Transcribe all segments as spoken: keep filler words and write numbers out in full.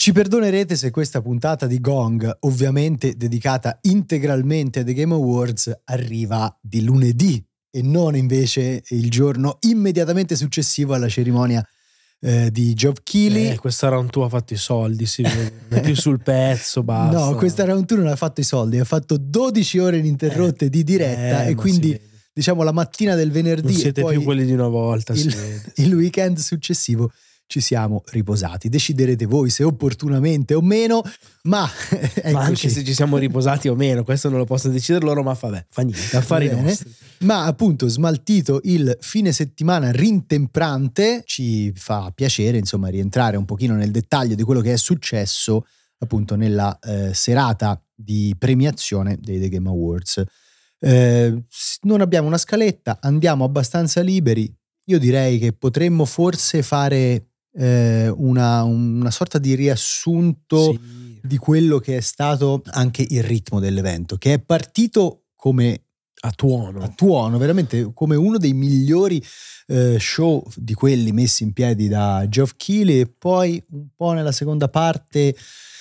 Ci perdonerete se questa puntata di Gong, ovviamente dedicata integralmente a The Game Awards, arriva di lunedì e non invece il giorno immediatamente successivo alla cerimonia eh, di Geoff Keighley. Eh, questa round two ha fatto i soldi, sì, non è più sul pezzo, basta. No, questa round two non ha fatto i soldi, ha fatto dodici ore ininterrotte eh, di diretta eh, e quindi diciamo la mattina del venerdì non siete e poi più quelli di una volta, il, si vede. il weekend successivo ci siamo riposati. Deciderete voi se opportunamente o meno, ma, ma anche se ci siamo riposati o meno, questo non lo possono decidere loro, ma vabbè, fa niente, affari nostri. Ma appunto, smaltito il fine settimana rintemprante, ci fa piacere insomma rientrare un pochino nel dettaglio di quello che è successo appunto nella eh, serata di premiazione dei The Game Awards. Eh, non abbiamo una scaletta, andiamo abbastanza liberi. Io direi che potremmo forse fare eh, una, una sorta di riassunto sì. di quello che è stato anche il ritmo dell'evento, che è partito come a tuono, a tuono veramente come uno dei migliori eh, show di quelli messi in piedi da Geoff Keighley, e poi un po' nella seconda parte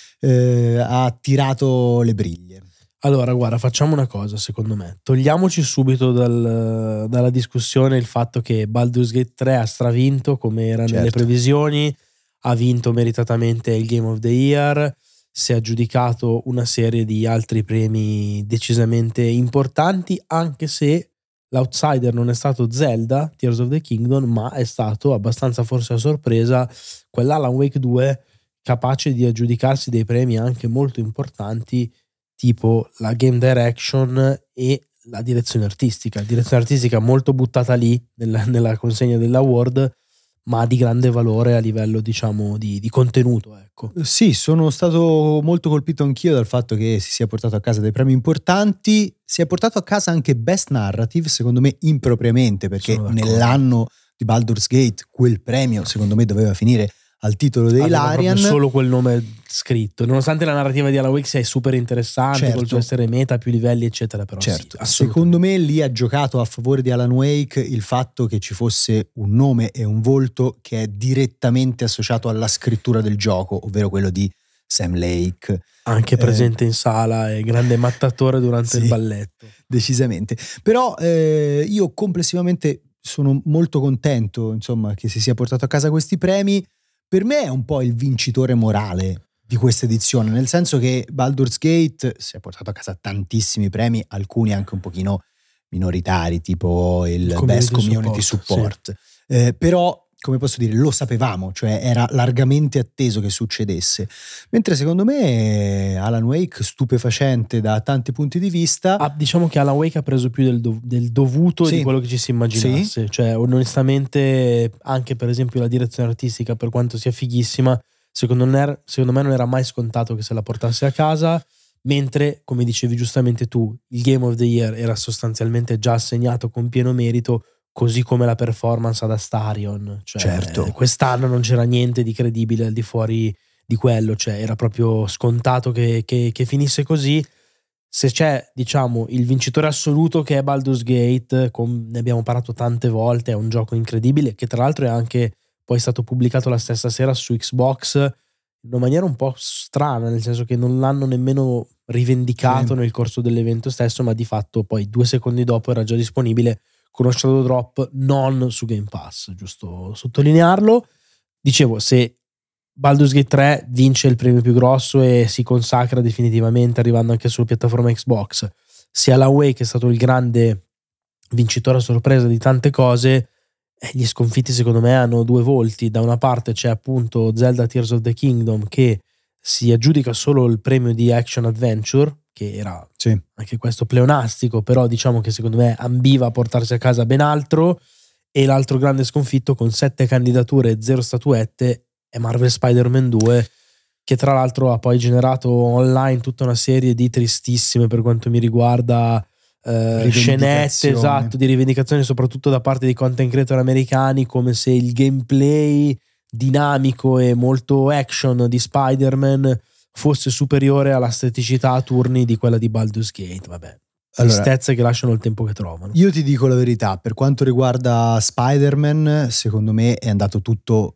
eh, ha tirato le briglie. Allora, guarda, facciamo una cosa, secondo me. Togliamoci subito dal, dalla discussione il fatto che Baldur's Gate tre ha stravinto, come era certo. nelle previsioni, ha vinto meritatamente il Game of the Year, si è aggiudicato una serie di altri premi decisamente importanti, anche se l'outsider non è stato Zelda, Tears of the Kingdom, ma è stato abbastanza forse a sorpresa quell'Alan Wake due, capace di aggiudicarsi dei premi anche molto importanti, tipo la game direction e la direzione artistica. Direzione artistica molto buttata lì nella, nella consegna dell'award, ma di grande valore a livello, diciamo, di, di contenuto, ecco. Sì, sono stato molto colpito anch'io dal fatto che si sia portato a casa dei premi importanti. Si è portato a casa anche Best Narrative, secondo me impropriamente, perché nell'anno di Baldur's Gate quel premio secondo me doveva finire al titolo dei Aveva Larian, solo quel nome scritto, nonostante la narrativa di Alan Wake sia super interessante, certo. col suo essere meta, più livelli eccetera, però certo. sì, secondo me lì ha giocato a favore di Alan Wake il fatto che ci fosse un nome e un volto che è direttamente associato alla scrittura del gioco, ovvero quello di Sam Lake, anche presente eh, in sala e grande mattatore durante sì, il balletto, decisamente. Però eh, io complessivamente sono molto contento insomma che si sia portato a casa questi premi. Per me è un po' il vincitore morale di questa edizione, nel senso che Baldur's Gate si è portato a casa tantissimi premi, alcuni anche un pochino minoritari, tipo il community Best Community Support, Support. Sì. Eh, però, come posso dire, lo sapevamo, cioè era largamente atteso che succedesse. Mentre secondo me Alan Wake, stupefacente da tanti punti di vista. Ah, diciamo che Alan Wake ha preso più del, dov- del dovuto sì. di quello che ci si immaginasse. Sì. Cioè, onestamente, anche per esempio la direzione artistica, per quanto sia fighissima, secondo me, era, secondo me non era mai scontato che se la portasse a casa. Mentre, come dicevi giustamente tu, il Game of the Year era sostanzialmente già assegnato con pieno merito, così come la performance ad Astarion. Cioè, certo. Quest'anno non c'era niente di credibile al di fuori di quello, cioè era proprio scontato che, che, che finisse così. Se c'è, diciamo, il vincitore assoluto che è Baldur's Gate, com- ne abbiamo parlato tante volte, è un gioco incredibile, che tra l'altro è anche poi stato pubblicato la stessa sera su Xbox in una maniera un po' strana, nel senso che non l'hanno nemmeno rivendicato sì. nel corso dell'evento stesso, ma di fatto poi due secondi dopo era già disponibile con uno shadow drop non su Game Pass, giusto sottolinearlo. Dicevo, se Baldur's Gate tre vince il premio più grosso e si consacra definitivamente arrivando anche sulla piattaforma Xbox, se Alan Wake è stato il grande vincitore a sorpresa di tante cose, eh, gli sconfitti secondo me hanno due volti. Da una parte c'è appunto Zelda Tears of the Kingdom, che si aggiudica solo il premio di Action Adventure, che era sì. anche questo pleonastico, però diciamo che secondo me ambiva a portarsi a casa ben altro. E l'altro grande sconfitto con sette candidature e zero statuette è Marvel Spider-Man due, che tra l'altro ha poi generato online tutta una serie di tristissime, per quanto mi riguarda, eh, scenette esatto di rivendicazioni, soprattutto da parte di content creator americani, come se il gameplay dinamico e molto action di Spider-Man fosse superiore alla staticità a turni di quella di Baldur's Gate. Vabbè, tristezze allora, che lasciano il tempo che trovano. Io ti dico la verità, per quanto riguarda Spider-Man, secondo me è andato tutto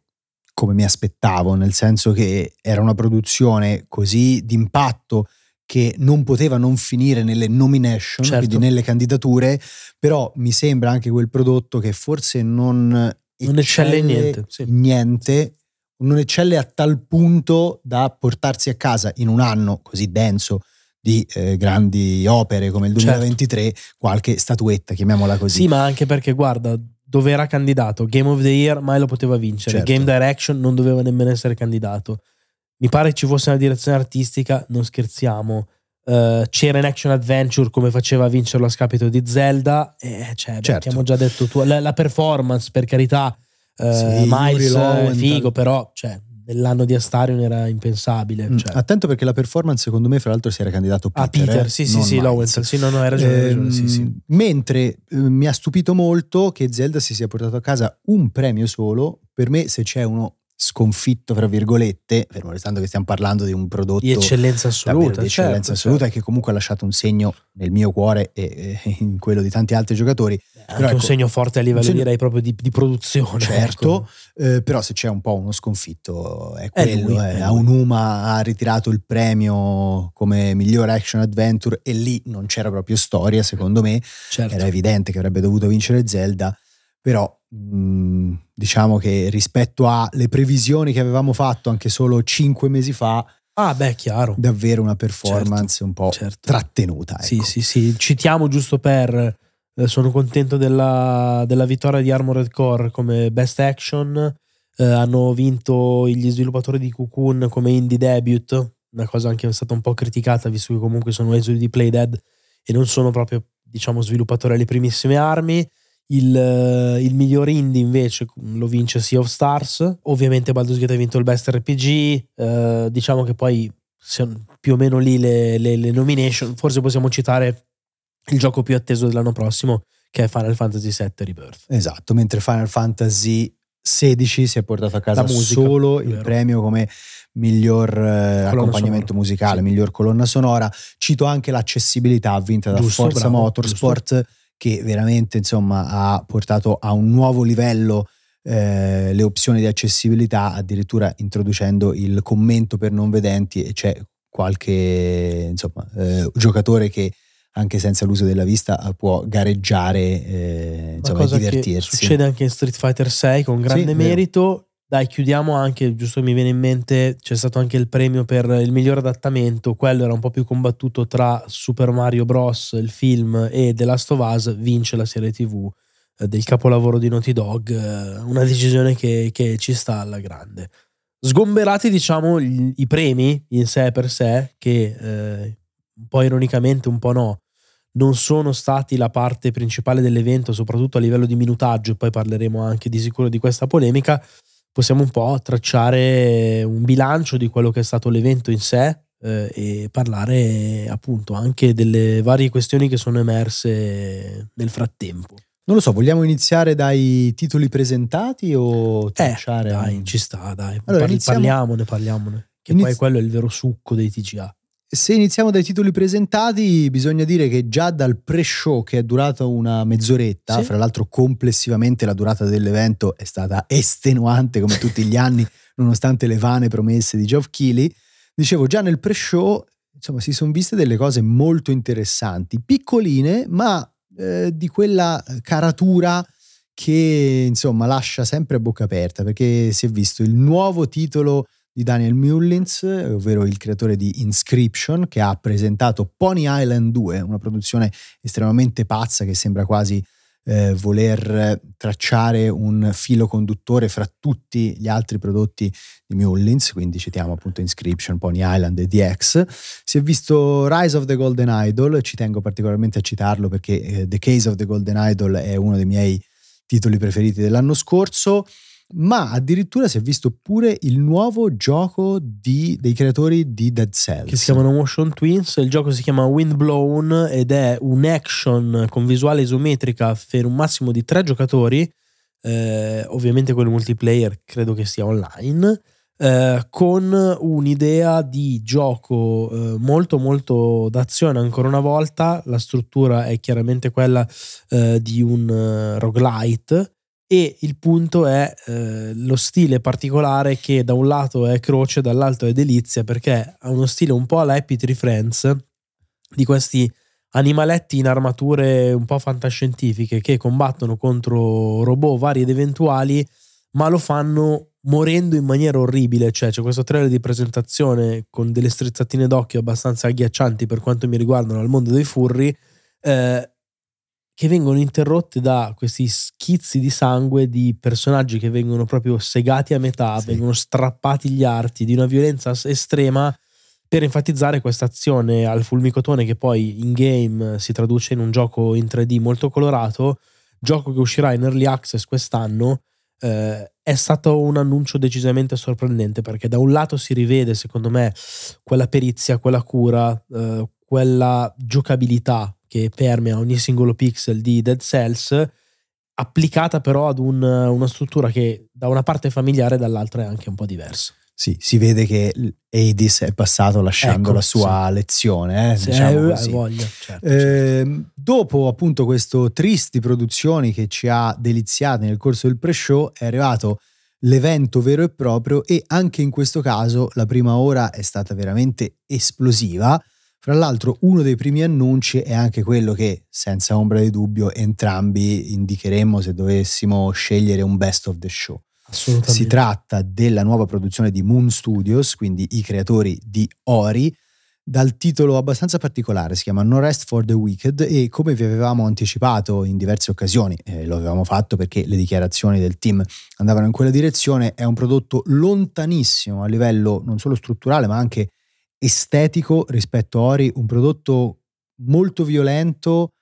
come mi aspettavo, nel senso che era una produzione così d'impatto che non poteva non finire nelle nomination, certo. quindi nelle candidature, però mi sembra anche quel prodotto che forse non, non eccelle in niente, sì. niente, non eccelle a tal punto da portarsi a casa in un anno così denso di eh, grandi opere come il duemilaventitré, certo. qualche statuetta, chiamiamola così. Sì, ma anche perché guarda, dove era candidato Game of the Year mai lo poteva vincere, certo. Game Direction non doveva nemmeno essere candidato, mi pare ci fosse una direzione artistica, non scherziamo, uh, c'era in Action Adventure come faceva a vincerlo a scapito di Zelda, eh, cioè, certo. abbiamo già detto tu, la, la performance per carità, uh, sì, Miles è figo, però cioè nell'anno di Astarion era impensabile. Mm, cioè. Attento perché la performance secondo me fra l'altro si era candidato Peter. Ah Peter, eh? sì sì sì, Lowenthal, sì, no no, hai ragione, hai ragione ehm, sì, sì. Mentre eh, mi ha stupito molto che Zelda si sia portato a casa un premio solo. Per me se c'è uno sconfitto fra virgolette, fermo restando che stiamo parlando di un prodotto di eccellenza assoluta, di eccellenza certo, assoluta certo. e che comunque ha lasciato un segno nel mio cuore e, e in quello di tanti altri giocatori. Anche però, un ecco, segno forte a livello segno, direi proprio di, di produzione, certo, ecco. eh, però se c'è un po' uno sconfitto è È quello, lui, eh. è lui. Aonuma ha ritirato il premio come miglior action adventure e lì non c'era proprio storia secondo me, certo. Era evidente che avrebbe dovuto vincere Zelda, però mh, diciamo che rispetto alle previsioni che avevamo fatto anche solo cinque mesi fa, ah beh, chiaro, davvero una performance certo, un po' certo. trattenuta, ecco. Sì sì sì, citiamo giusto per eh, sono contento della, della vittoria di Armored Core come best action, eh, hanno vinto gli sviluppatori di Cocoon come indie debut, una cosa anche stata un po' criticata visto che comunque sono esuli di Playdead e non sono proprio diciamo sviluppatori alle primissime armi. Il, il miglior indie invece lo vince Sea of Stars, ovviamente Baldur's Gate ha vinto il best R P G, eh, diciamo che poi sono più o meno lì le, le, le nomination. Forse possiamo citare il gioco più atteso dell'anno prossimo che è Final Fantasy sette Rebirth. Esatto, mentre Final Fantasy sedici si è portato a casa musica, solo il premio come miglior eh, accompagnamento sonora. musicale, Sì. miglior colonna sonora. Cito anche l'accessibilità vinta da Giusto, Forza bravo, Motorsport, giusto. che veramente insomma ha portato a un nuovo livello eh, le opzioni di accessibilità, addirittura introducendo il commento per non vedenti, e c'è qualche insomma eh, giocatore che anche senza l'uso della vista può gareggiare eh, insomma, e divertirsi. Succede anche in Street Fighter sei con grande sì, merito. Dai, chiudiamo anche, giusto mi viene in mente, c'è stato anche il premio per il miglior adattamento, quello era un po' più combattuto tra Super Mario Bros, il film, e The Last of Us, vince la serie tivù eh, del capolavoro di Naughty Dog, eh, una decisione che, che ci sta alla grande. Sgomberati diciamo gli, i premi in sé per sé, che eh, un po' ironicamente un po' no, non sono stati la parte principale dell'evento, soprattutto a livello di minutaggio, e poi parleremo anche di sicuro di questa polemica. Possiamo un po' tracciare un bilancio di quello che è stato l'evento in sé eh, e parlare appunto anche delle varie questioni che sono emerse nel frattempo. Non lo so, vogliamo iniziare dai titoli presentati o tracciare? Eh, dai, un... ci sta, dai. Allora, Parli, iniziamo... Parliamone, parliamone. Che Iniz... poi quello è il vero succo dei T G A. Se iniziamo dai titoli presentati, bisogna dire che già dal pre-show, che è durato una mezz'oretta, sì. Fra l'altro complessivamente la durata dell'evento è stata estenuante come tutti gli anni, nonostante le vane promesse di Geoff Keighley, dicevo già nel pre-show insomma si sono viste delle cose molto interessanti, piccoline ma eh, di quella caratura che insomma lascia sempre a bocca aperta, perché si è visto il nuovo titolo di Daniel Mullins, ovvero il creatore di Inscription, che ha presentato Pony Island due, una produzione estremamente pazza che sembra quasi eh, voler tracciare un filo conduttore fra tutti gli altri prodotti di Mullins, quindi citiamo appunto Inscription, Pony Island e D X. Si è visto Rise of the Golden Idol, ci tengo particolarmente a citarlo perché eh, The Case of the Golden Idol è uno dei miei titoli preferiti dell'anno scorso, ma addirittura si è visto pure il nuovo gioco di, dei creatori di Dead Cells, che si chiamano Motion Twins. Il gioco si chiama Windblown ed è un action con visuale isometrica per un massimo di tre giocatori, eh, ovviamente quello multiplayer credo che sia online, eh, con un'idea di gioco eh, molto molto d'azione. Ancora una volta la struttura è chiaramente quella eh, di un uh, roguelite, E il punto è eh, lo stile particolare che da un lato è croce, dall'altro è delizia, perché ha uno stile un po' alla Happy Tree Friends, di questi animaletti in armature un po' fantascientifiche che combattono contro robot vari ed eventuali, ma lo fanno morendo in maniera orribile. Cioè c'è questo trailer di presentazione con delle strizzatine d'occhio abbastanza agghiaccianti per quanto mi riguardano al mondo dei furry, eh, che vengono interrotte da questi schizzi di sangue di personaggi che vengono proprio segati a metà, sì. vengono strappati gli arti di una violenza estrema, per enfatizzare questa azione al fulmicotone che poi in game si traduce in un gioco in tre D molto colorato, gioco che uscirà in early access quest'anno. Eh, è stato un annuncio decisamente sorprendente, perché da un lato si rivede secondo me quella perizia, quella cura, eh, quella giocabilità che permea ogni singolo pixel di Dead Cells, applicata però ad un, una struttura che da una parte è familiare e dall'altra è anche un po' diversa. Sì, si vede che Hades è passato lasciando ecco, la sua sì. lezione, eh, sì, diciamo eh, così. Voglia, certo, eh, certo. Dopo appunto questo tris di produzioni che ci ha deliziati nel corso del pre-show, è arrivato l'evento vero e proprio, e anche in questo caso la prima ora è stata veramente esplosiva. Fra l'altro uno dei primi annunci è anche quello che senza ombra di dubbio entrambi indicheremmo se dovessimo scegliere un best of the show. Si tratta della nuova produzione di Moon Studios, quindi i creatori di Ori, dal titolo abbastanza particolare, si chiama No Rest for the Wicked, e come vi avevamo anticipato in diverse occasioni, eh, lo avevamo fatto perché le dichiarazioni del team andavano in quella direzione, è un prodotto lontanissimo a livello non solo strutturale ma anche estetico rispetto a Ori, un prodotto molto violento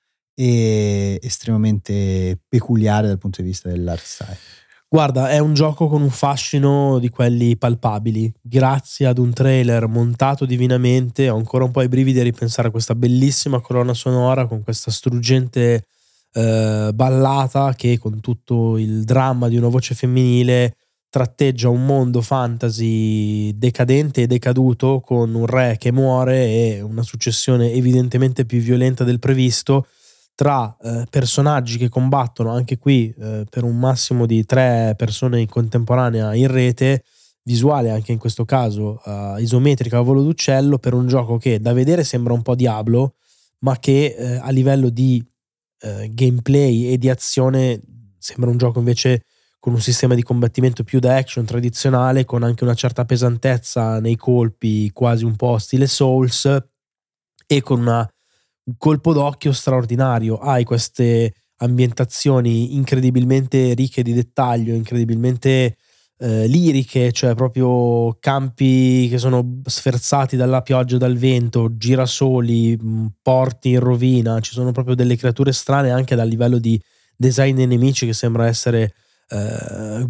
e estremamente peculiare dal punto di vista dell'art style. Guarda, è un gioco con un fascino di quelli palpabili. Grazie ad un trailer montato divinamente, ho ancora un po' i brividi a ripensare a questa bellissima colonna sonora con questa struggente eh, ballata che, con tutto il dramma di una voce femminile, tratteggia un mondo fantasy decadente e decaduto, con un re che muore e una successione evidentemente più violenta del previsto, tra eh, personaggi che combattono anche qui eh, per un massimo di tre persone in contemporanea in rete, visuale anche in questo caso uh, isometrica a volo d'uccello, per un gioco che da vedere sembra un po' Diablo, ma che eh, a livello di eh, gameplay e di azione sembra un gioco invece con un sistema di combattimento più da action tradizionale, con anche una certa pesantezza nei colpi, quasi un po' stile Souls, e con una un colpo d'occhio straordinario. Hai queste ambientazioni incredibilmente ricche di dettaglio, incredibilmente eh, liriche, cioè proprio campi che sono sferzati dalla pioggia e dal vento, girasoli, porti in rovina, ci sono proprio delle creature strane anche dal livello di design dei nemici che sembra essere eh,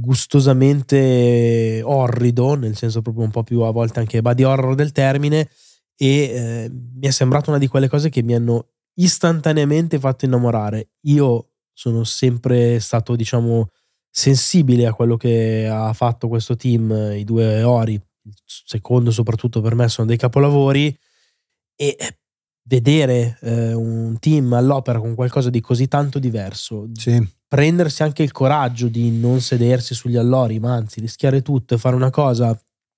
gustosamente orrido, nel senso proprio un po' più a volte anche body horror del termine. E eh, mi è sembrata una di quelle cose che mi hanno istantaneamente fatto innamorare. Io sono sempre stato, diciamo, sensibile a quello che ha fatto questo team, i due Ori, il secondo soprattutto per me sono dei capolavori, e vedere eh, un team all'opera con qualcosa di così tanto diverso, sì. prendersi anche il coraggio di non sedersi sugli allori, ma anzi rischiare tutto e fare una cosa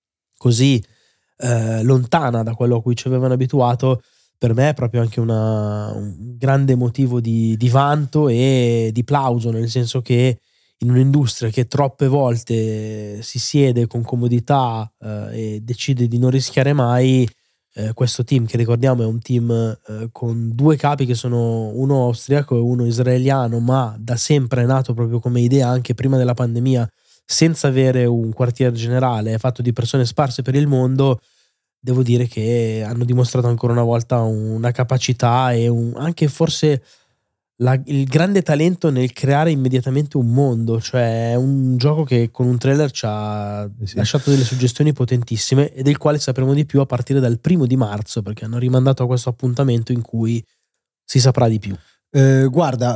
così Eh, lontana da quello a cui ci avevano abituato, per me è proprio anche una, un grande motivo di, di vanto e di plauso, nel senso che in un'industria che troppe volte si siede con comodità eh, e decide di non rischiare mai, eh, questo team, che ricordiamo è un team eh, con due capi che sono uno austriaco e uno israeliano, ma da sempre è nato proprio come idea anche prima della pandemia, senza avere un quartier generale, è fatto di persone sparse per il mondo. Devo dire che hanno dimostrato ancora una volta una capacità e un, anche forse la, il grande talento nel creare immediatamente un mondo. Cioè è un gioco che con un trailer ci ha sì. lasciato delle suggestioni potentissime e del quale sapremo di più a partire dal primo di marzo, perché hanno rimandato a questo appuntamento in cui si saprà di più. Eh, guarda,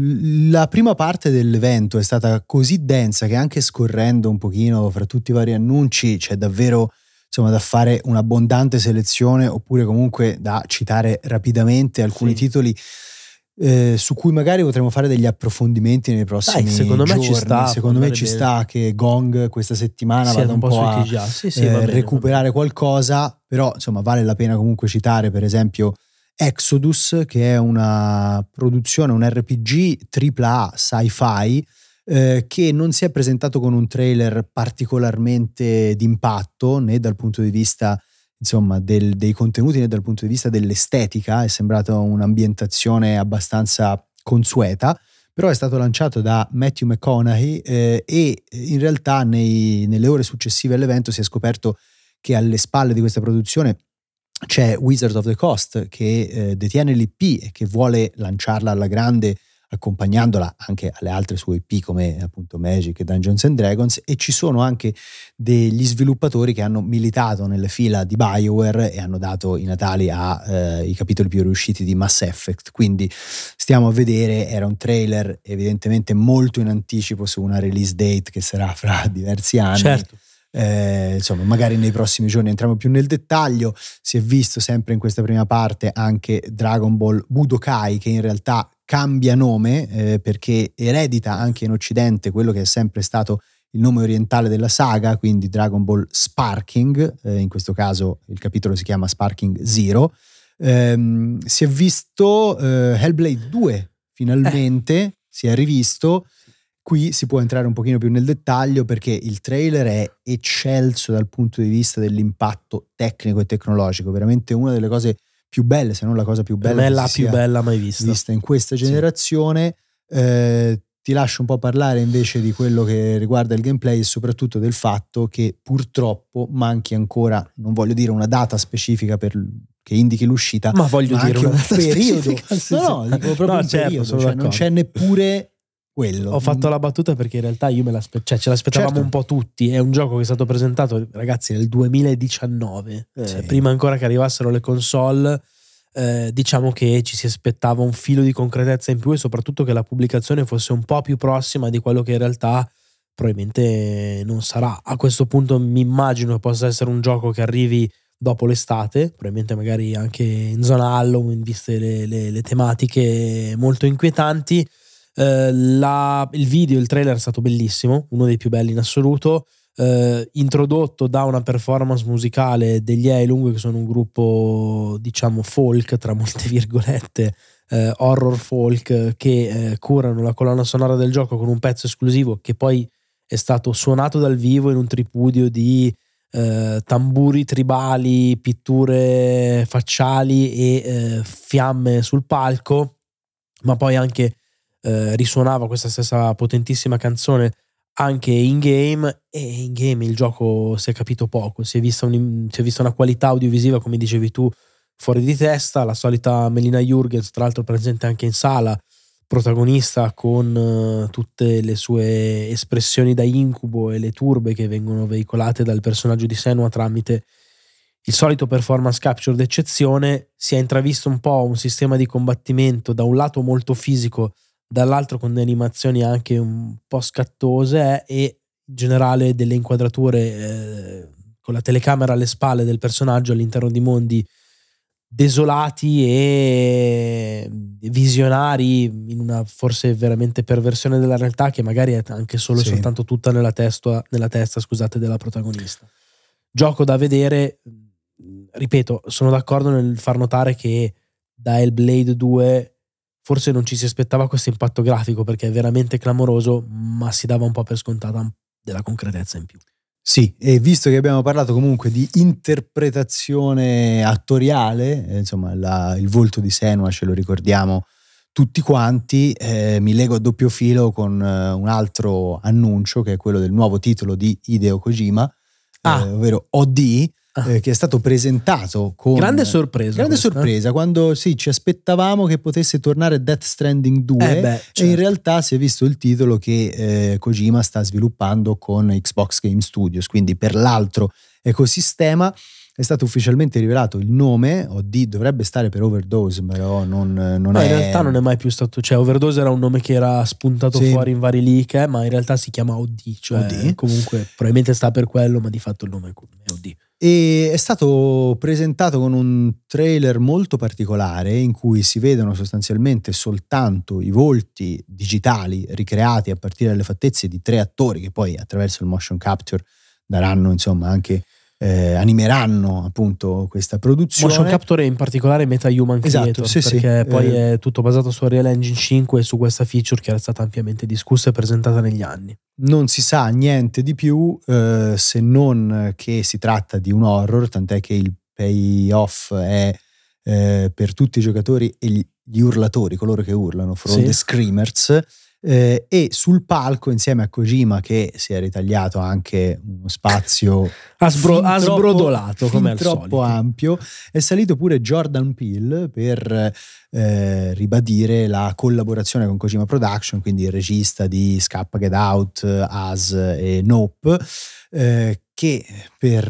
la prima parte dell'evento è stata così densa che anche scorrendo un pochino fra tutti i vari annunci c'è davvero, insomma, da fare un'abbondante selezione, oppure comunque da citare rapidamente alcuni sì. titoli eh, su cui magari potremo fare degli approfondimenti nei prossimi Dai, secondo giorni. me ci sta, secondo me può ci andare sta che Gong questa settimana Sì, vada un un po' po' sui a T G A. Sì, sì, eh, va bene, recuperare qualcosa, però insomma vale la pena comunque citare per esempio Exodus, che è una produzione, un R P G tripla A sci-fi eh, che non si è presentato con un trailer particolarmente d'impatto né dal punto di vista insomma del, dei contenuti né dal punto di vista dell'estetica. È sembrata un'ambientazione abbastanza consueta, però è stato lanciato da Matthew McConaughey eh, e in realtà nei, nelle ore successive all'evento si è scoperto che alle spalle di questa produzione c'è Wizard of the Coast che eh, detiene l'I P e che vuole lanciarla alla grande accompagnandola anche alle altre sue I P come appunto Magic e Dungeons and Dragons, e ci sono anche degli sviluppatori che hanno militato nelle fila di BioWare e hanno dato i natali ai eh, capitoli più riusciti di Mass Effect, quindi stiamo a vedere. Era un trailer evidentemente molto in anticipo su una release date che sarà fra diversi anni. Certo. Eh, insomma magari nei prossimi giorni entriamo più nel dettaglio. Si è visto sempre in questa prima parte anche Dragon Ball Budokai, che in realtà cambia nome eh, perché eredita anche in Occidente quello che è sempre stato il nome orientale della saga, quindi Dragon Ball Sparking, eh, in questo caso il capitolo si chiama Sparking Zero. Eh, si è visto eh, Hellblade due finalmente, eh. si è rivisto. Qui si può entrare un pochino più nel dettaglio perché il trailer è eccelso dal punto di vista dell'impatto tecnico e tecnologico, veramente una delle cose più belle, se non la cosa più bella. Per me è la più bella mai vista. vista in questa generazione. Sì. Eh, ti lascio un po' parlare invece di quello che riguarda il gameplay e soprattutto del fatto che purtroppo manchi ancora, non voglio dire una data specifica per che indichi l'uscita, ma voglio ma dire anche una un periodo. Sì, no, no, dico proprio no, un certo, periodo, cioè non c'è neppure quello. Ho fatto la battuta perché in realtà io me l'aspettavo, cioè ce l'aspettavamo certo. un po' tutti. È un gioco che è stato presentato, ragazzi, nel duemiladiciannove, sì. eh, prima ancora che arrivassero le console. Eh, diciamo che ci si aspettava un filo di concretezza in più e soprattutto che la pubblicazione fosse un po' più prossima di quello che in realtà probabilmente non sarà. A questo punto mi immagino che possa essere un gioco che arrivi dopo l'estate, probabilmente magari anche in zona Halloween, viste le, le, le tematiche molto inquietanti. Uh, la, il video, il trailer è stato bellissimo, uno dei più belli in assoluto, uh, introdotto da una performance musicale degli Eilung, che sono un gruppo diciamo folk tra molte virgolette, uh, horror folk, che uh, curano la colonna sonora del gioco con un pezzo esclusivo che poi è stato suonato dal vivo in un tripudio di uh, tamburi tribali, pitture facciali e uh, fiamme sul palco, ma poi anche Eh, risuonava questa stessa potentissima canzone anche in game, e in game il gioco si è capito poco, si è vista, un, si è vista una qualità audiovisiva, come dicevi tu, fuori di testa. La solita Melina Jurgens, tra l'altro presente anche in sala, protagonista con uh, tutte le sue espressioni da incubo e le turbe che vengono veicolate dal personaggio di Senua tramite il solito performance capture d'eccezione. Si è intravisto un po' un sistema di combattimento da un lato molto fisico, dall'altro con delle animazioni anche un po' scattose eh, e in generale delle inquadrature eh, con la telecamera alle spalle del personaggio all'interno di mondi desolati e visionari, in una forse veramente perversione della realtà che magari è anche solo sì. soltanto tutta nella testa, nella testa scusate, della protagonista. Gioco da vedere, ripeto, sono d'accordo nel far notare che da Hellblade due forse non ci si aspettava questo impatto grafico perché è veramente clamoroso, ma si dava un po' per scontata della concretezza in più. Sì, e visto che abbiamo parlato comunque di interpretazione attoriale, eh, insomma la, il volto di Senua ce lo ricordiamo tutti quanti, eh, mi lego a doppio filo con eh, un altro annuncio che è quello del nuovo titolo di Hideo Kojima, ah. eh, ovvero O D, Eh, che è stato presentato con grande sorpresa grande questa. sorpresa quando sì ci aspettavamo che potesse tornare Death Stranding due eh beh, certo. E in realtà si è visto il titolo che eh, Kojima sta sviluppando con Xbox Game Studios, quindi per l'altro ecosistema. È stato ufficialmente rivelato il nome. O D dovrebbe stare per Overdose, però non, non no, è. In realtà non è mai più stato. Cioè, Overdose era un nome che era spuntato sì. fuori in vari leak, eh, ma in realtà si chiama O D. Cioè, O D. Comunque, probabilmente sta per quello, ma di fatto il nome è O D. E è stato presentato con un trailer molto particolare in cui si vedono sostanzialmente soltanto i volti digitali ricreati a partire dalle fattezze di tre attori che poi attraverso il motion capture daranno insomma anche eh, animeranno appunto questa produzione. Motion capture e in particolare MetaHuman Creator, esatto, sì, perché sì, poi eh, è tutto basato su Unreal Engine cinque e su questa feature che era stata ampiamente discussa e presentata negli anni. non si sa niente di più eh, se non che si tratta di un horror, tant'è che il payoff è eh, per tutti i giocatori e gli, gli urlatori, coloro che urlano, for all Sì. the screamers, eh, e sul palco insieme a Kojima che si è ritagliato anche uno spazio Ha, sbro- fin ha troppo- sbrodolato fin come al troppo solito. ampio. È salito pure Jordan Peele per eh, ribadire la collaborazione con Kojima Production, quindi il regista di Scappa, Get Out, Us e Nope, eh, che per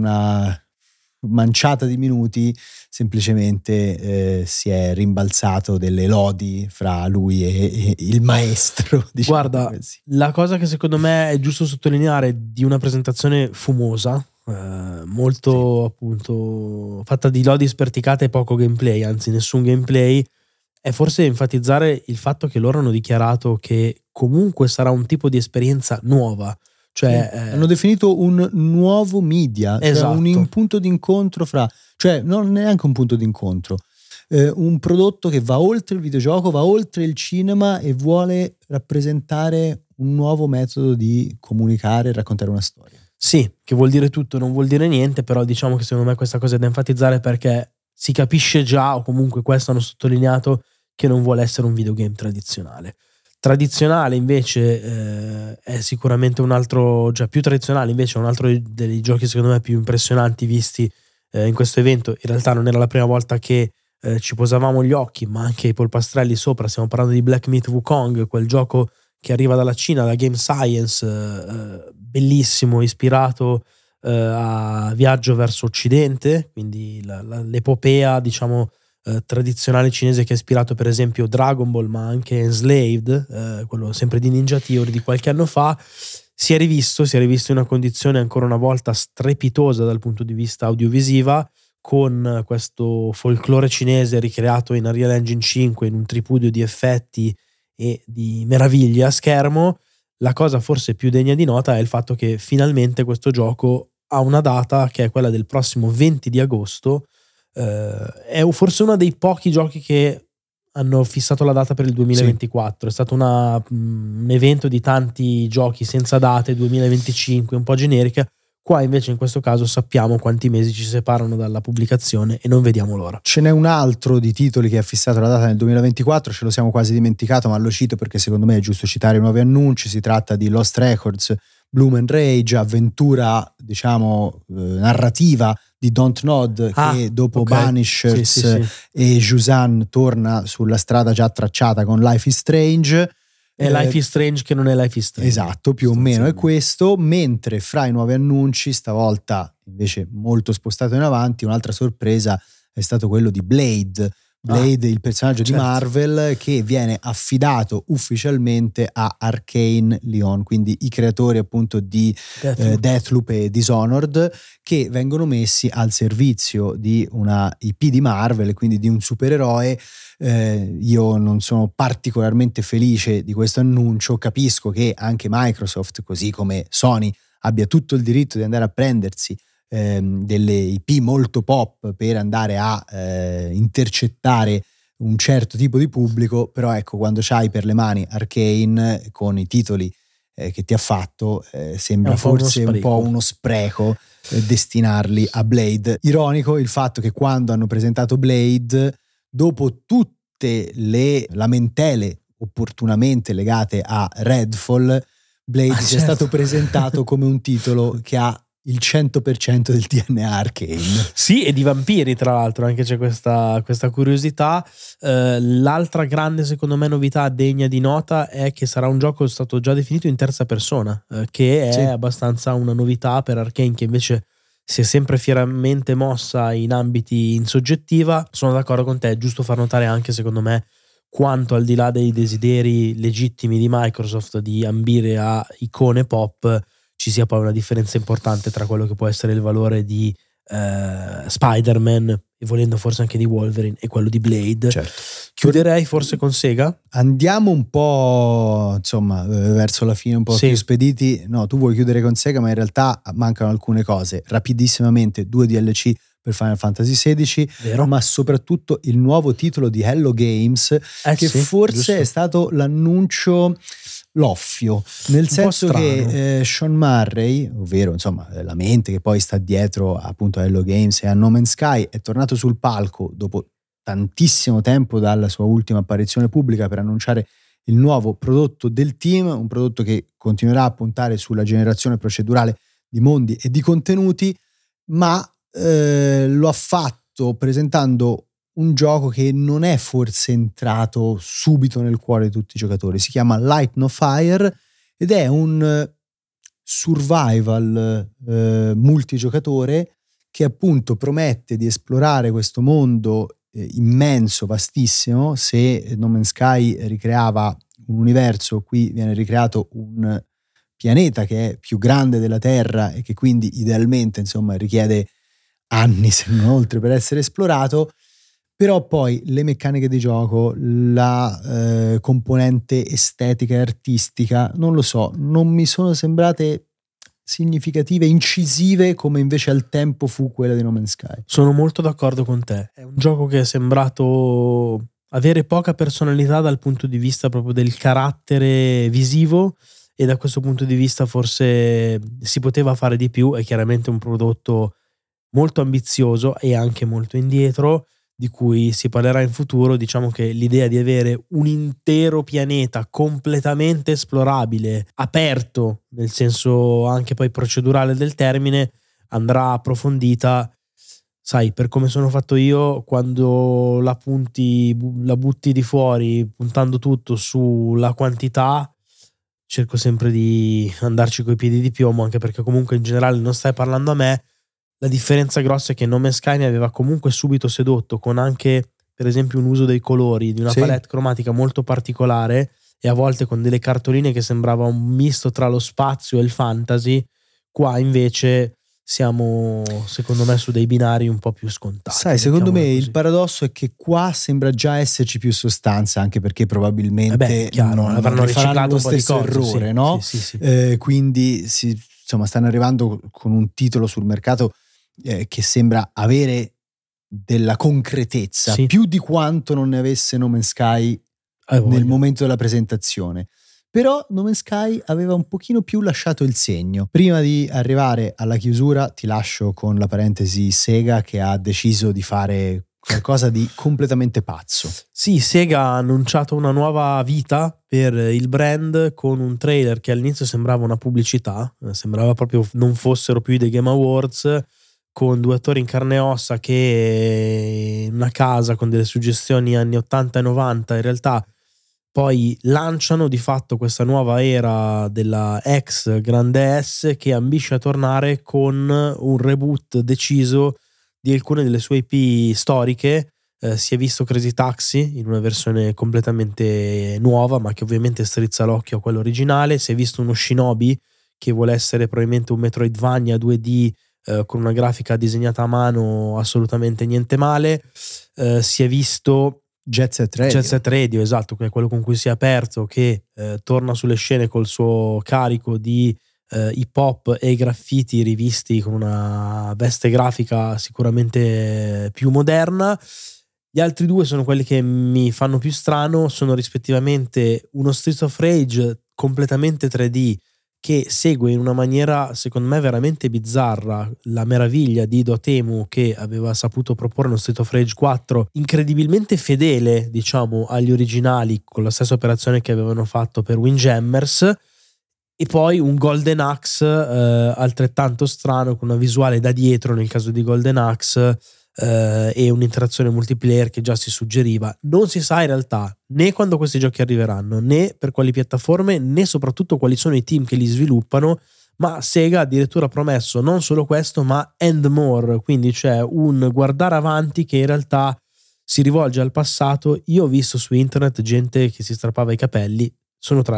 una manciata di minuti semplicemente eh, si è rimbalzato delle lodi fra lui e, e il maestro, diciamo. Guarda, così. la cosa che secondo me è giusto sottolineare di una presentazione fumosa, eh, molto appunto fatta di lodi sperticate e poco gameplay, anzi nessun gameplay, è forse enfatizzare il fatto che loro hanno dichiarato che comunque sarà un tipo di esperienza nuova. Cioè, Sì, eh, hanno definito un nuovo media, Esatto. cioè un, un punto d'incontro fra, cioè non neanche un punto d'incontro, eh, un prodotto che va oltre il videogioco, va oltre il cinema e vuole rappresentare un nuovo metodo di comunicare e raccontare una storia. Sì, che vuol dire tutto, non vuol dire niente, però diciamo che secondo me questa cosa è da enfatizzare perché si capisce già, o comunque questo hanno sottolineato, che non vuole essere un videogame tradizionale. Tradizionale invece eh, è sicuramente un altro, già più tradizionale invece è un altro dei giochi secondo me più impressionanti visti eh, in questo evento. In realtà non era la prima volta che eh, ci posavamo gli occhi, ma anche i polpastrelli sopra. Stiamo parlando di Black Myth Wukong, quel gioco che arriva dalla Cina, da Game Science, eh, bellissimo, ispirato eh, a Viaggio verso Occidente, quindi la, la, l'epopea diciamo eh, tradizionale cinese che ha ispirato per esempio Dragon Ball, ma anche Enslaved, eh, quello sempre di Ninja Theory di qualche anno fa. Si è rivisto, si è rivisto in una condizione ancora una volta strepitosa dal punto di vista audiovisiva, con questo folklore cinese ricreato in Unreal Engine cinque in un tripudio di effetti e di meraviglie a schermo. La cosa forse più degna di nota è il fatto che finalmente questo gioco ha una data che è quella del prossimo venti di agosto. Eh, è forse uno dei pochi giochi che hanno fissato la data per il duemilaventiquattro. Sì. È stato una, um, un evento di tanti giochi senza date, duemilaventicinque, un po' generica. Qua invece in questo caso sappiamo quanti mesi ci separano dalla pubblicazione e non vediamo l'ora. Ce n'è un altro di titoli che ha fissato la data nel duemilaventiquattro, ce lo siamo quasi dimenticato, ma lo cito perché secondo me è giusto citare i nuovi annunci. Si tratta di Lost Records, Bloom and Rage, avventura diciamo eh, narrativa di Dontnod, ah, che dopo okay. Banishers sì, sì, sì. e Jusan torna sulla strada già tracciata con Life is Strange. È Life is Strange che non è Life is Strange. Esatto, più o meno è questo, mentre fra i nuovi annunci, stavolta invece molto spostato in avanti, un'altra sorpresa è stato quello di Blade. Blade, ah, il personaggio certo. di Marvel che viene affidato ufficialmente a Arcane Lyon, quindi i creatori appunto di Deathloop, eh, Deathloop e Dishonored, che vengono messi al servizio di una I P di Marvel, quindi di un supereroe. Eh, io non sono particolarmente felice di questo annuncio, capisco che anche Microsoft, così come Sony, abbia tutto il diritto di andare a prendersi ehm, delle I P molto pop per andare a eh, intercettare un certo tipo di pubblico, però ecco, quando c'hai per le mani Arcane con i titoli eh, che ti ha fatto, eh, sembra un forse un po' uno spreco eh, destinarli a Blade. Ironico il fatto che quando hanno presentato Blade, dopo tutte le lamentele opportunamente legate a Redfall, Blade ah, sia certo. stato presentato come un titolo che ha il cento per cento del D N A Arcane. Sì, e di vampiri tra l'altro, anche c'è questa, questa curiosità. Eh, l'altra grande secondo me novità degna di nota è che sarà un gioco stato già definito in terza persona, eh, che è sì. abbastanza una novità per Arcane, che invece si è sempre fieramente mossa in ambiti in soggettiva. Sono d'accordo con te, è giusto far notare anche secondo me quanto al di là dei desideri legittimi di Microsoft di ambire a icone pop ci sia poi una differenza importante tra quello che può essere il valore di eh, Spider-Man e volendo forse anche di Wolverine e quello di Blade. Certo. Chiuderei forse con Sega. Andiamo un po' insomma verso la fine, un po' Sì. più spediti. No, tu vuoi chiudere con Sega, ma in realtà mancano alcune cose. Rapidissimamente due D L C per Final Fantasy sedici, Vero. ma soprattutto il nuovo titolo di Hello Games, Eh che sì, forse giusto. è stato l'annuncio loffio, nel Un senso po' strano. che eh, Sean Murray, ovvero insomma la mente che poi sta dietro appunto a Hello Games e a No Man's Sky, è tornato sul palco dopo tantissimo tempo dalla sua ultima apparizione pubblica per annunciare il nuovo prodotto del team, un prodotto che continuerà a puntare sulla generazione procedurale di mondi e di contenuti, ma eh, lo ha fatto presentando un gioco che non è forse entrato subito nel cuore di tutti i giocatori. Si chiama Light No Fire ed è un survival eh, multigiocatore che appunto promette di esplorare questo mondo eh, immenso, vastissimo. Se No Man's Sky ricreava un universo, qui viene ricreato un pianeta che è più grande della Terra e che quindi idealmente insomma richiede anni se non oltre per essere esplorato. Però poi le meccaniche di gioco, la eh, componente estetica e artistica, non lo so, non mi sono sembrate significative, incisive come invece al tempo fu quella di No Man's Sky. Sono molto d'accordo con te. È un gioco che è sembrato avere poca personalità dal punto di vista proprio del carattere visivo, e da questo punto di vista forse si poteva fare di più. È chiaramente un prodotto molto ambizioso e anche molto indietro, di cui si parlerà in futuro. Diciamo che l'idea di avere un intero pianeta completamente esplorabile, aperto nel senso anche poi procedurale del termine, andrà approfondita. Sai, per come sono fatto io, quando la punti, la butti di fuori puntando tutto sulla quantità, cerco sempre di andarci coi piedi di piombo, anche perché comunque in generale non stai parlando a me. La differenza grossa è che No Man's Sky mi aveva comunque subito sedotto, con anche per esempio un uso dei colori, di una Sì. palette cromatica molto particolare, e a volte con delle cartoline che sembrava un misto tra lo spazio e il fantasy. Qua invece siamo secondo me su dei binari un po' più scontati. Sai, secondo me mettiamola il così. paradosso è che qua sembra già esserci più sostanza, anche perché probabilmente Eh beh, chiaro, non, avranno non rifaranno riciclato lo un po' di stesso cose, errore, sì, no? sì, sì, sì. Eh, quindi si, insomma stanno arrivando con un titolo sul mercato eh, che sembra avere della concretezza, Sì. più di quanto non ne avesse No Man's Sky Hai voglia. nel momento della presentazione. Però No Man's Sky aveva un pochino più lasciato il segno. Prima di arrivare alla chiusura ti lascio con la parentesi Sega, che ha deciso di fare qualcosa di completamente pazzo. Sì, Sega ha annunciato una nuova vita per il brand con un trailer che all'inizio sembrava una pubblicità, sembrava proprio non fossero più dei Game Awards, con due attori in carne e ossa che in una casa con delle suggestioni anni ottanta e novanta in realtà poi lanciano di fatto questa nuova era della ex Grande S, che ambisce a tornare con un reboot deciso di alcune delle sue I P storiche. Eh, si è visto Crazy Taxi in una versione completamente nuova, ma che ovviamente strizza l'occhio a quello originale. Si è visto uno Shinobi che vuole essere probabilmente un Metroidvania due D eh, con una grafica disegnata a mano, assolutamente niente male. Eh, si è visto Jet Set Radio. Jet Set Radio, esatto, che è quello con cui si è aperto, che eh, torna sulle scene col suo carico di eh, hip hop e graffiti rivisti con una veste grafica sicuramente più moderna. Gli altri due sono quelli che mi fanno più strano, sono rispettivamente uno Streets of Rage completamente tre D che segue in una maniera secondo me veramente bizzarra la meraviglia di Dotemu, che aveva saputo proporre uno Street of Rage quattro incredibilmente fedele diciamo agli originali, con la stessa operazione che avevano fatto per Windjammers, e poi un Golden Axe eh, altrettanto strano, con una visuale da dietro nel caso di Golden Axe eh, e un'interazione multiplayer che già si suggeriva. Non si sa in realtà né quando questi giochi arriveranno, né per quali piattaforme, né soprattutto quali sono i team che li sviluppano, ma Sega ha addirittura promesso non solo questo ma and more, quindi c'è un guardare avanti che in realtà si rivolge al passato. Io ho visto su internet gente che si strappava i capelli, sono tra i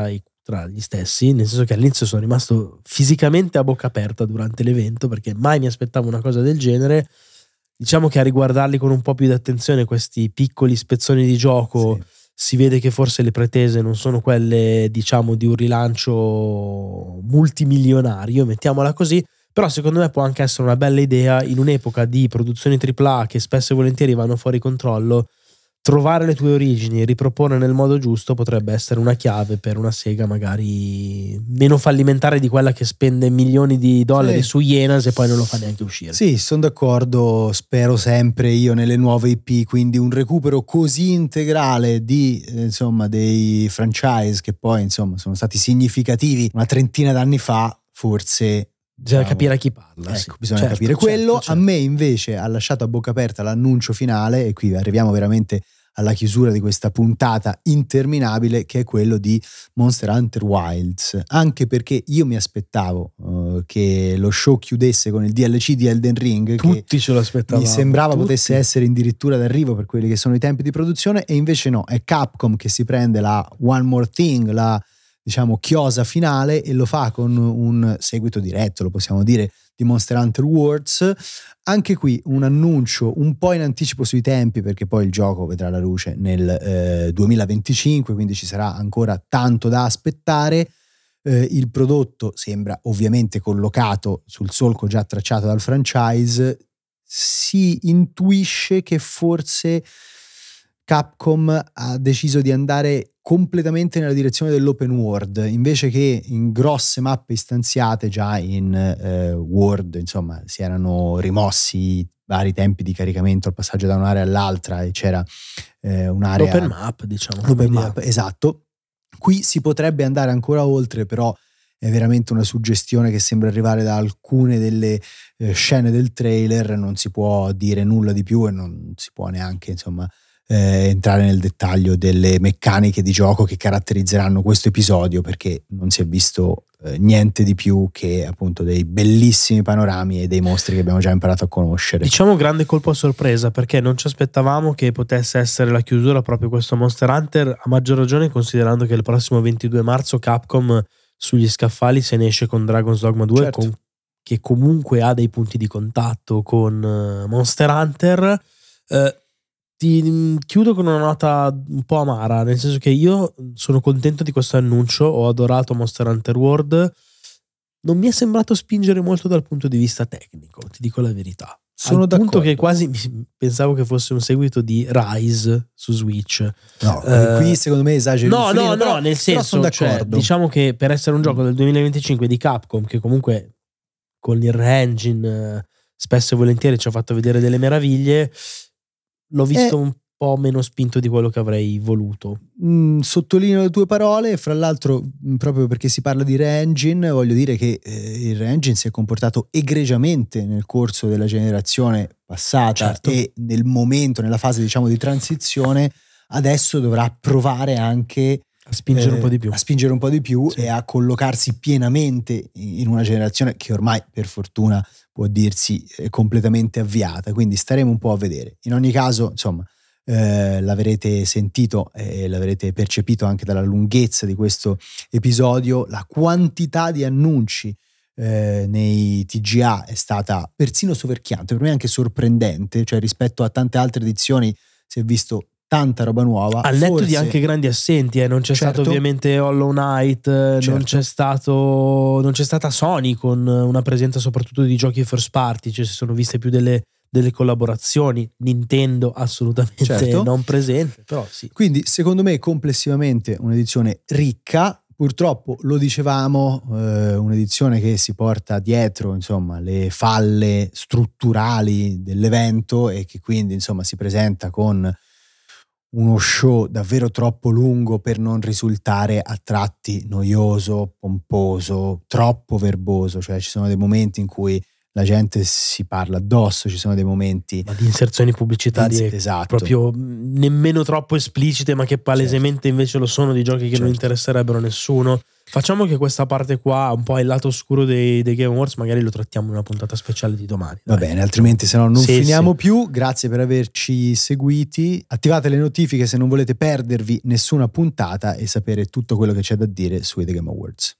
tra gli stessi, nel senso che all'inizio sono rimasto fisicamente a bocca aperta durante l'evento, perché mai mi aspettavo una cosa del genere. Diciamo che a riguardarli con un po' più di attenzione questi piccoli spezzoni di gioco, sì, si vede che forse le pretese non sono quelle, diciamo, di un rilancio multimilionario, mettiamola così, però secondo me può anche essere una bella idea in un'epoca di produzioni tripla A che spesso e volentieri vanno fuori controllo. Trovare le tue origini e riproporre nel modo giusto potrebbe essere una chiave per una Sega magari meno fallimentare di quella che spende milioni di dollari, sì, su Ienas e poi non lo fa neanche uscire. Sì, sono d'accordo, spero sempre io nelle nuove I P, quindi un recupero così integrale di eh, insomma dei franchise che poi insomma sono stati significativi una trentina d'anni fa, forse bisogna capire a chi parla. Ecco, sì. bisogna certo, capire quello. certo, certo. A me invece ha lasciato a bocca aperta l'annuncio finale, e qui arriviamo veramente alla chiusura di questa puntata interminabile, che è quello di Monster Hunter Wilds, anche perché io mi aspettavo uh, che lo show chiudesse con il D L C di Elden Ring, tutti che ce lo aspettavamo, mi sembrava tutti. potesse essere addirittura d'arrivo per quelli che sono i tempi di produzione, e invece no, è Capcom che si prende la One More Thing, la diciamo chiosa finale, e lo fa con un seguito diretto, lo possiamo dire, di Monster Hunter Worlds. Anche qui un annuncio un po' in anticipo sui tempi, perché poi il gioco vedrà la luce nel eh, duemilaventicinque, quindi ci sarà ancora tanto da aspettare. Eh, il prodotto sembra ovviamente collocato sul solco già tracciato dal franchise. Si intuisce che forse Capcom ha deciso di andare completamente nella direzione dell'open world, invece che in grosse mappe istanziate. Già in eh, World insomma si erano rimossi vari tempi di caricamento al passaggio da un'area all'altra, e c'era eh, un'area open map, diciamo open map, esatto. Qui si potrebbe andare ancora oltre, però è veramente una suggestione che sembra arrivare da alcune delle eh, scene del trailer. Non si può dire nulla di più e non si può neanche insomma Eh, entrare nel dettaglio delle meccaniche di gioco che caratterizzeranno questo episodio, perché non si è visto eh, niente di più che appunto dei bellissimi panorami e dei mostri che abbiamo già imparato a conoscere. Diciamo grande colpo a sorpresa, perché non ci aspettavamo che potesse essere la chiusura proprio questo Monster Hunter, a maggior ragione considerando che il prossimo ventidue marzo Capcom sugli scaffali se ne esce con Dragon's Dogma due, certo, con, che comunque ha dei punti di contatto con uh, Monster Hunter. eh, Ti chiudo con una nota un po' amara, nel senso che io sono contento di questo annuncio, ho adorato Monster Hunter World, non mi è sembrato spingere molto dal punto di vista tecnico, ti dico la verità. Sono Al d'accordo. punto che quasi pensavo che fosse un seguito di Rise su Switch. No, eh, qui secondo me esagero. No, no, però, no, nel senso, sono d'accordo. Cioè, diciamo che per essere un gioco del duemilaventicinque di Capcom, che comunque con il re-engine spesso e volentieri ci ha fatto vedere delle meraviglie, l'ho visto eh, un po' meno spinto di quello che avrei voluto. Mh, sottolineo le tue parole. Fra l'altro, mh, proprio perché si parla di re-engine, voglio dire che eh, il re-engine si è comportato egregiamente nel corso della generazione passata, certo, e nel momento, nella fase diciamo di transizione, adesso dovrà provare anche a spingere eh, un po' di più, a spingere un po' di più sì, e a collocarsi pienamente in una generazione che ormai per fortuna può dirsi completamente avviata, quindi staremo un po' a vedere. In ogni caso, insomma, eh, l'avrete sentito e l'avrete percepito anche dalla lunghezza di questo episodio, la quantità di annunci eh, nei T G A è stata persino soverchiante, per me anche sorprendente, cioè rispetto a tante altre edizioni si è visto tanta roba nuova. Al netto Forse, di anche grandi assenti, eh. non c'è certo, stato ovviamente Hollow Knight, certo, non c'è stato non c'è stata Sony con una presenza soprattutto di giochi first party, cioè si sono viste più delle, delle collaborazioni. Nintendo assolutamente certo, non presente, però sì. Quindi secondo me complessivamente un'edizione ricca. Purtroppo lo dicevamo, eh, un'edizione che si porta dietro insomma le falle strutturali dell'evento e che quindi insomma si presenta con uno show davvero troppo lungo per non risultare a tratti noioso, pomposo, troppo verboso. Cioè ci sono dei momenti in cui la gente si parla addosso, ci sono dei momenti ma di inserzioni pubblicitarie esatto, proprio nemmeno troppo esplicite, ma che palesemente certo. invece lo sono, di giochi che certo. non interesserebbero a nessuno. Facciamo che questa parte qua, un po' il lato oscuro dei, dei Game Awards, magari lo trattiamo in una puntata speciale di domani. Va dai. bene, altrimenti se no non sì, finiamo sì. più. Grazie per averci seguiti. Attivate le notifiche se non volete perdervi nessuna puntata e sapere tutto quello che c'è da dire sui The Game Awards.